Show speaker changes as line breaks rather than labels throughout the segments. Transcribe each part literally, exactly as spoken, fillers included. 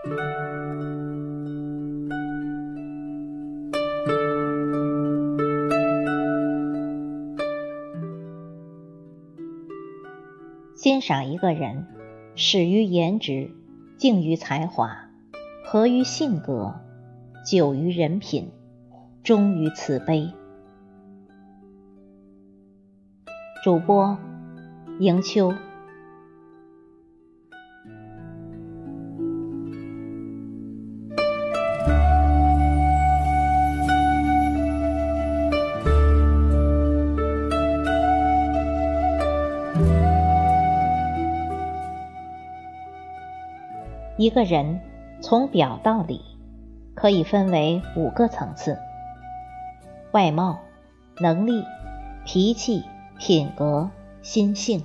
欣赏一个人，始于颜值，敬于才华，合于性格，久于人品，忠于慈悲。主播迎秋。一个人从表到里可以分为五个层次：外貌、能力、脾气、品格、心性。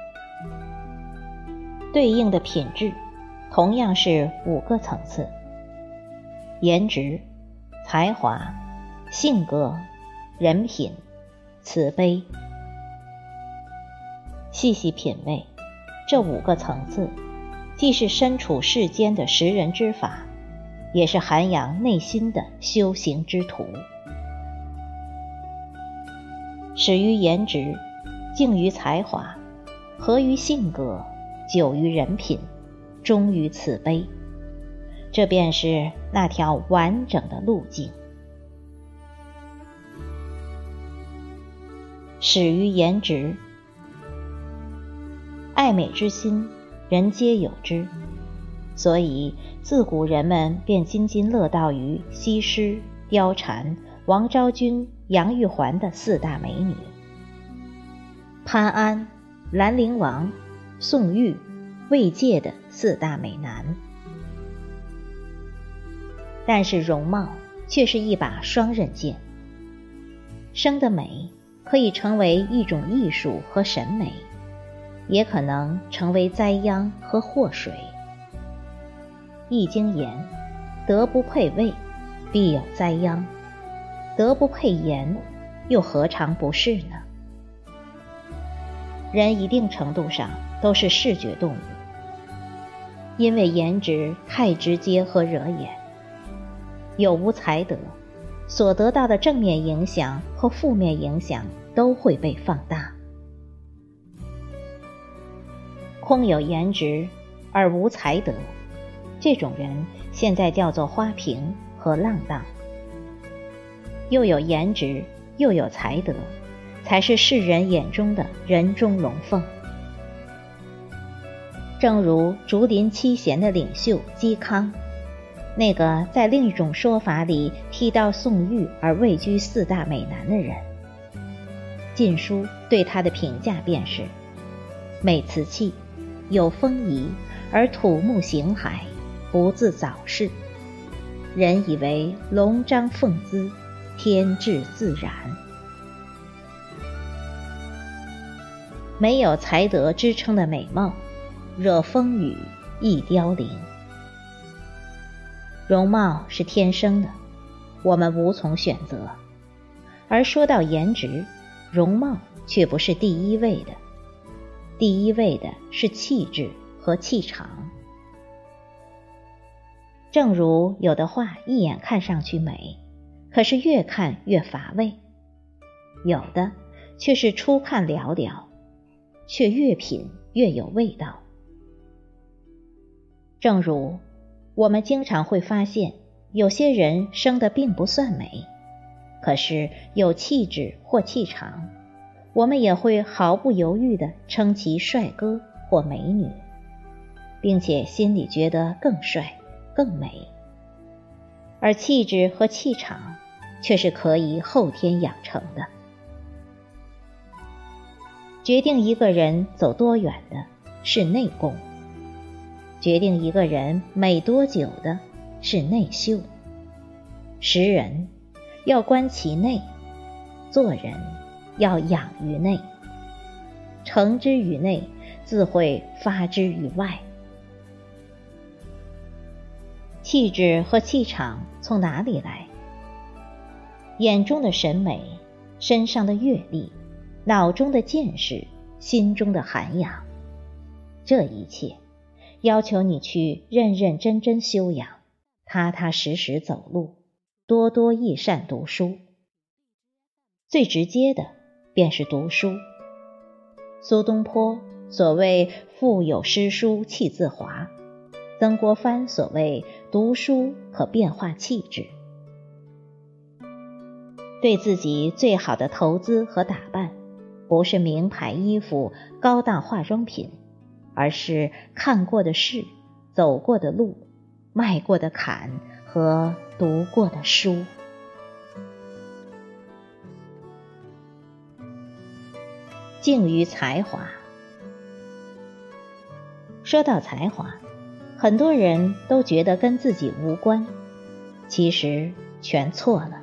对应的品质同样是五个层次：颜值、才华、性格、人品、慈悲。细细品味，这五个层次既是身处世间的识人之法，也是涵养内心的修行之途。始于颜值，敬于才华，合于性格，久于人品，忠于慈悲。这便是那条完整的路径。始于颜值。爱美之心人皆有之，所以自古人们便津津乐道于西施、貂蝉、王昭君、杨玉环的四大美女，潘安、兰陵王、宋玉、魏玠的四大美男。但是容貌却是一把双刃剑，生的美可以成为一种艺术和审美，也可能成为灾殃和祸水。易经言：德不配位，必有灾殃；德不配言，又何尝不是呢？人一定程度上都是视觉动物，因为颜值太直接和惹眼，有无才德，所得到的正面影响和负面影响都会被放大。空有颜值而无才德，这种人现在叫做花瓶和浪荡。又有颜值又有才德，才是世人眼中的人中龙凤。正如竹林七贤的领袖嵇康，那个在另一种说法里提到宋玉而位居四大美男的人，晋书对他的评价便是：美辞气，有风仪，而土木形骸，不自早逝。人以为龙章凤姿，天至自然。没有才德支撑的美貌，惹风雨易凋零。容貌是天生的，我们无从选择。而说到颜值，容貌却不是第一位的，第一位的是气质和气场。正如有的画一眼看上去美，可是越看越乏味；有的却是初看寥寥，却越品越有味道。正如我们经常会发现，有些人生得并不算美，可是有气质或气场，我们也会毫不犹豫地称其帅哥或美女，并且心里觉得更帅更美。而气质和气场却是可以后天养成的。决定一个人走多远的是内功，决定一个人美多久的是内修。识人要观其内，做人要养于内，诚之于内，自会发之于外。气质和气场从哪里来？眼中的审美，身上的阅历，脑中的见识，心中的涵养，这一切要求你去认认真真修养，踏踏实实走路，多多益善读书。最直接的便是读书。苏东坡所谓腹有诗书气自华，曾国藩所谓读书可变化气质。对自己最好的投资和打扮，不是名牌衣服、高档化妆品，而是看过的事、走过的路、迈过的坎和读过的书。敬于才华。说到才华，很多人都觉得跟自己无关，其实全错了。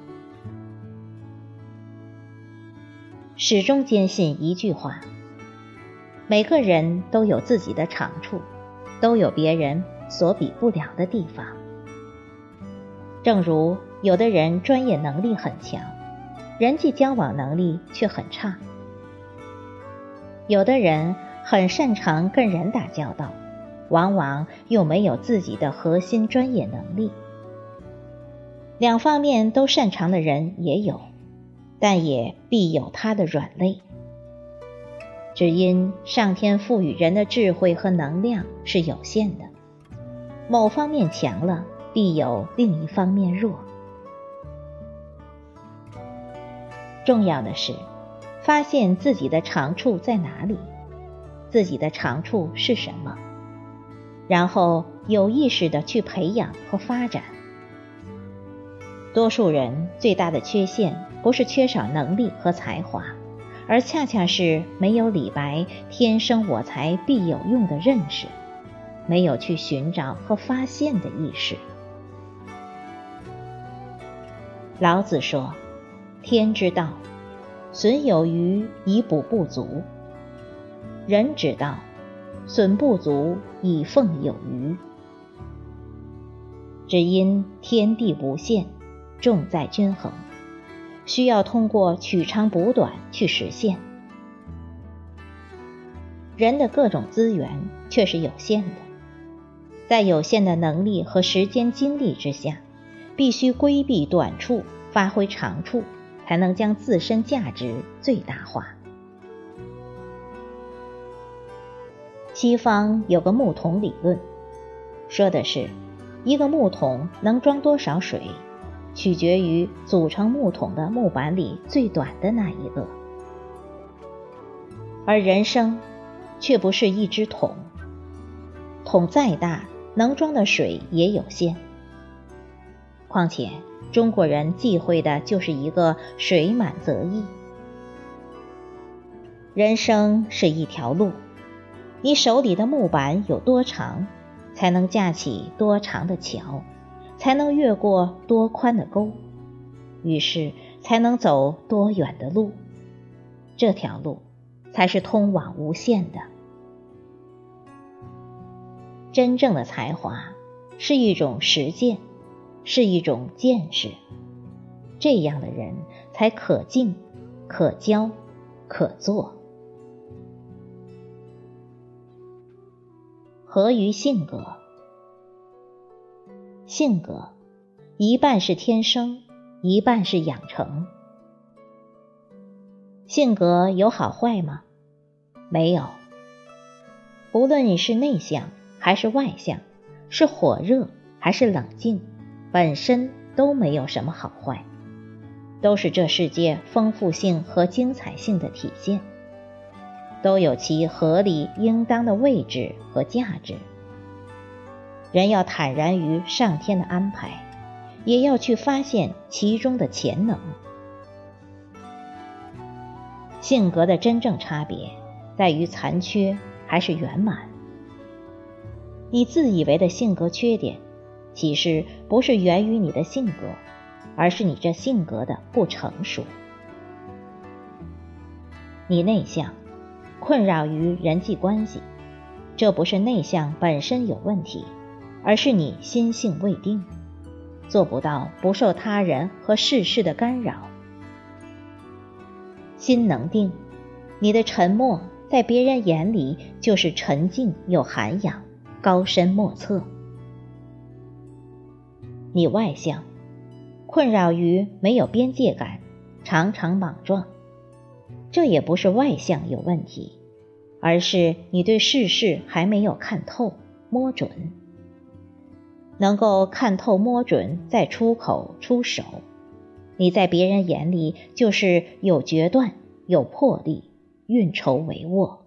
始终坚信一句话：每个人都有自己的长处，都有别人所比不了的地方。正如有的人专业能力很强，人际交往能力却很差；有的人很擅长跟人打交道，往往又没有自己的核心专业能力。两方面都擅长的人也有，但也必有他的软肋。只因上天赋予人的智慧和能量是有限的，某方面强了，必有另一方面弱。重要的是发现自己的长处在哪里，自己的长处是什么，然后有意识地去培养和发展。多数人最大的缺陷不是缺少能力和才华，而恰恰是没有李白天生我材必有用的认识，没有去寻找和发现的意识。老子说：天之道，损有余以补不足；人之道，损不足以奉有余。只因天地无限，重在均衡，需要通过取长补短去实现。人的各种资源却是有限的，在有限的能力和时间精力之下，必须规避短处，发挥长处，才能将自身价值最大化。西方有个木桶理论，说的是一个木桶能装多少水，取决于组成木桶的木板里最短的那一个。而人生却不是一只桶，桶再大，能装的水也有限。况且中国人忌讳的就是一个水满则溢。人生是一条路，你手里的木板有多长，才能架起多长的桥，才能越过多宽的沟，于是才能走多远的路。这条路才是通往无限的。真正的才华是一种实践，是一种见识，这样的人才可敬、可教、可做。合于性格。性格一半是天生，一半是养成。性格有好坏吗？没有。无论你是内向还是外向，是火热还是冷静，本身都没有什么好坏，都是这世界丰富性和精彩性的体现，都有其合理应当的位置和价值。人要坦然于上天的安排，也要去发现其中的潜能。性格的真正差别在于残缺还是圆满。你自以为的性格缺点，其实不是源于你的性格，而是你这性格的不成熟。你内向，困扰于人际关系，这不是内向本身有问题，而是你心性未定，做不到不受他人和世事的干扰。心能定，你的沉默在别人眼里就是沉静又涵养， 高深莫测。你外向，困扰于没有边界感，常常莽撞，这也不是外向有问题，而是你对世事还没有看透摸准。能够看透摸准再出口出手，你在别人眼里就是有决断，有魄力，运筹帷幄。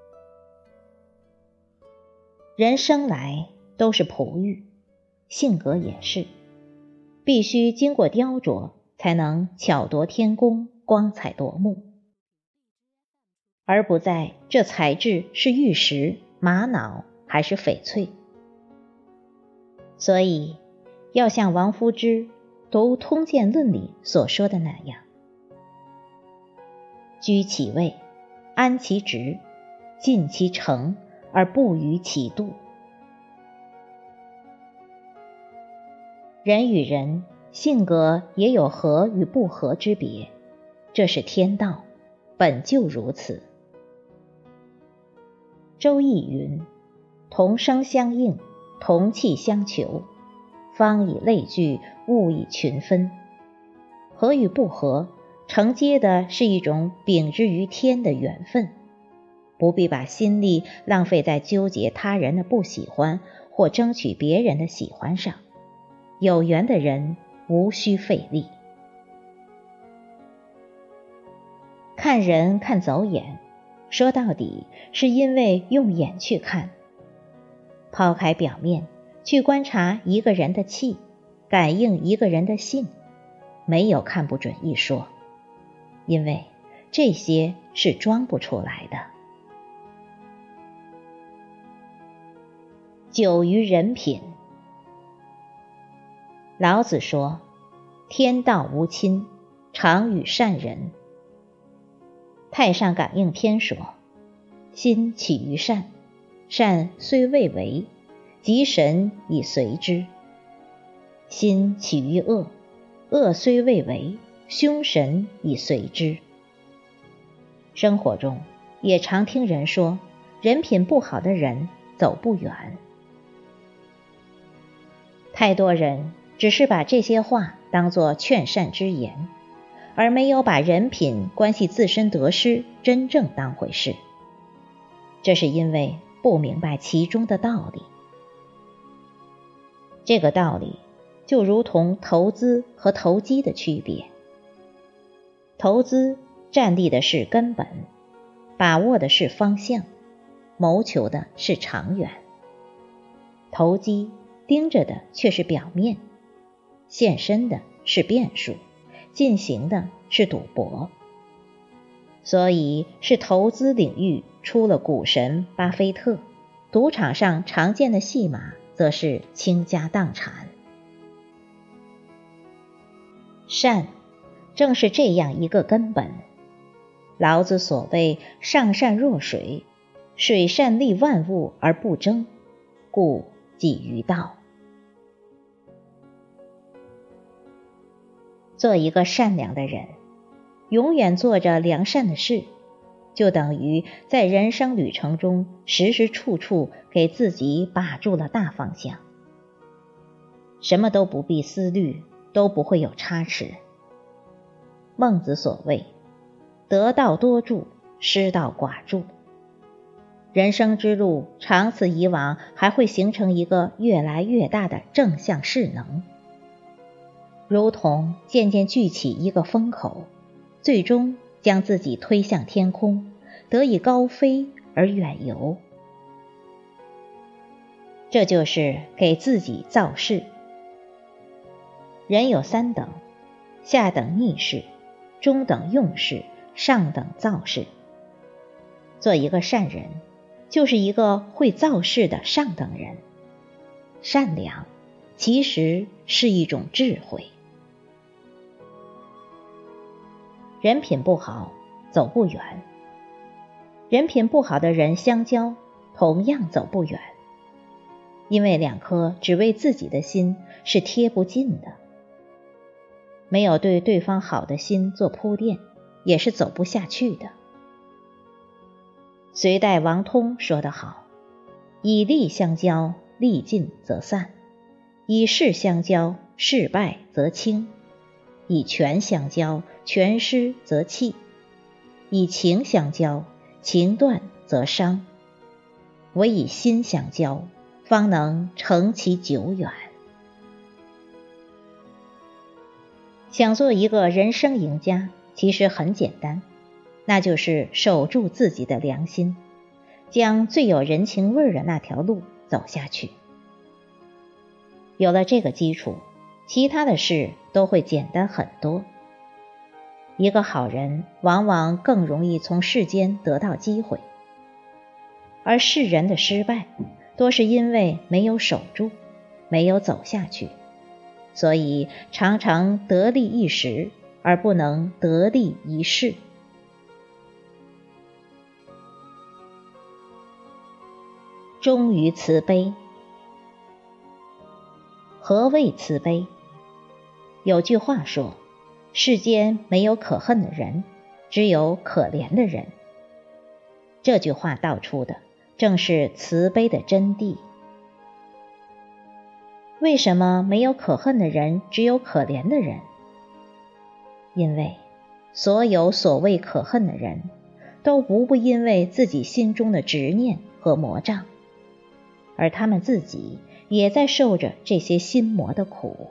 人生来都是璞玉，性格也是，必须经过雕琢，才能巧夺天工，光彩夺目，而不在这材质是玉石、玛瑙还是翡翠。所以要像王夫之读《通鉴论》里所说的那样，居其位，安其职，尽其诚，而不逾其度。人与人性格也有合与不合之别，这是天道，本就如此。周易云：同声相应，同气相求，方以类聚，物以群分。合与不合，承接的是一种禀之于天的缘分，不必把心力浪费在纠结他人的不喜欢或争取别人的喜欢上。有缘的人无需费力。看人看走眼，说到底是因为用眼去看。抛开表面，去观察一个人的气，感应一个人的性，没有看不准一说，因为这些是装不出来的。久于人品。老子说：天道无亲，常与善人。太上感应篇说：心起于善，善虽未为，即神以随之。心起于恶，恶虽未为，凶神以随之。生活中也常听人说，人品不好的人走不远。太多人只是把这些话当作劝善之言，而没有把人品关系自身得失真正当回事。这是因为不明白其中的道理。这个道理就如同投资和投机的区别。投资站立的是根本，把握的是方向，谋求的是长远。投机盯着的却是表面，现身的是变数，进行的是赌博。所以是投资领域出了股神巴菲特，赌场上常见的戏码则是倾家荡产。善正是这样一个根本。老子所谓上善若水，水善利万物而不争，故几于道。做一个善良的人，永远做着良善的事，就等于在人生旅程中时时处处给自己把住了大方向，什么都不必思虑，都不会有差池。孟子所谓得道多助，失道寡助。人生之路长此以往，还会形成一个越来越大的正向势能，如同渐渐聚起一个风口，最终将自己推向天空，得以高飞而远游。这就是给自己造势。人有三等：下等逆势，中等用事，上等造势。做一个善人，就是一个会造势的上等人。善良其实是一种智慧。人品不好，走不远。人品不好的人相交，同样走不远。因为两颗只为自己的心是贴不近的。没有对对方好的心做铺垫，也是走不下去的。隋代王通说得好： 以利相交，利尽则散；以势相交，势败则轻；以权相交，权失则弃；以情相交，情断则伤。唯以心相交，方能成其久远。想做一个人生赢家，其实很简单，那就是守住自己的良心，将最有人情味的那条路走下去。有了这个基础，其他的事都会简单很多。一个好人往往更容易从世间得到机会，而世人的失败多是因为没有守住，没有走下去，所以常常得利一时，而不能得利一世。忠于慈悲。何谓慈悲？有句话说，世间没有可恨的人，只有可怜的人。这句话道出的正是慈悲的真谛。为什么没有可恨的人，只有可怜的人？因为所有所谓可恨的人，都无不因为自己心中的执念和魔障，而他们自己也在受着这些心魔的苦。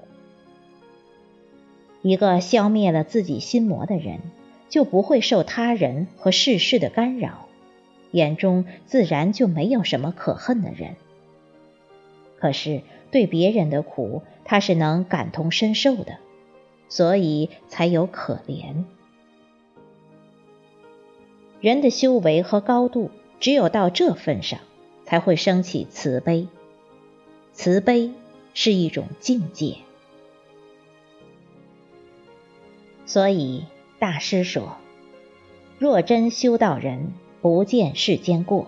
一个消灭了自己心魔的人，就不会受他人和世事的干扰，眼中自然就没有什么可恨的人。可是对别人的苦，他是能感同身受的，所以才有可怜。人的修为和高度，只有到这份上，才会升起慈悲。慈悲是一种境界。所以大师说，若真修道人，不见世间过。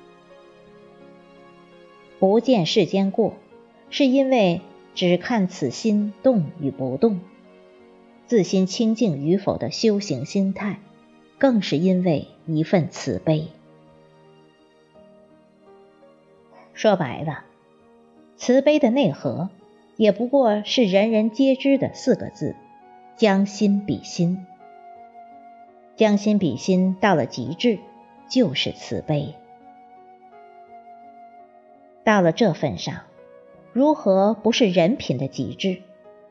不见世间过，是因为只看此心动与不动，自心清净与否的修行心态，更是因为一份慈悲。说白了，慈悲的内核也不过是人人皆知的四个字：将心比心。将心比心到了极致，就是慈悲。到了这份上，如何不是人品的极致？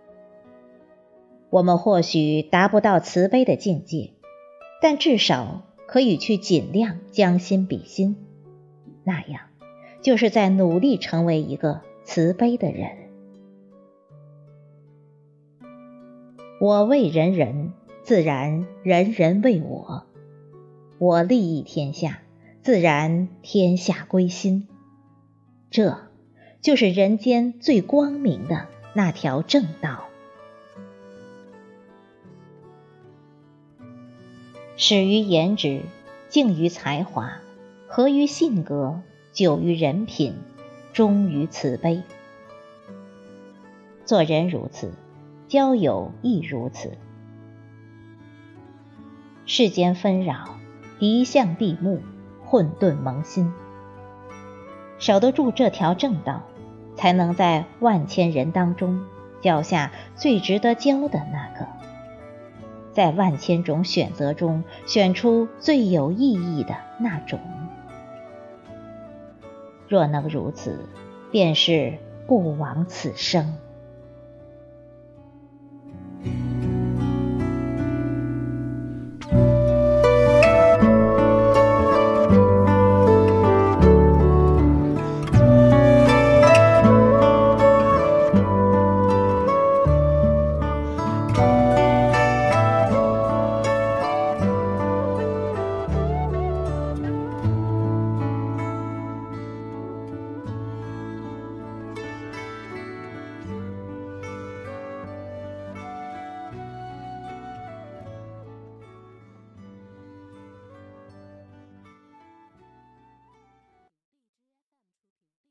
我们或许达不到慈悲的境界，但至少可以去尽量将心比心，那样就是在努力成为一个慈悲的人。我为人人，自然人人为我；我利益天下，自然天下归心。这就是人间最光明的那条正道。始于颜值，敬于才华，合于性格，久于人品，忠于慈悲。做人如此，交友亦如此。世间纷扰，敌相闭目，混沌蒙心。守得住这条正道，才能在万千人当中交下最值得交的那个，在万千种选择中选出最有意义的那种。若能如此，便是不枉此生。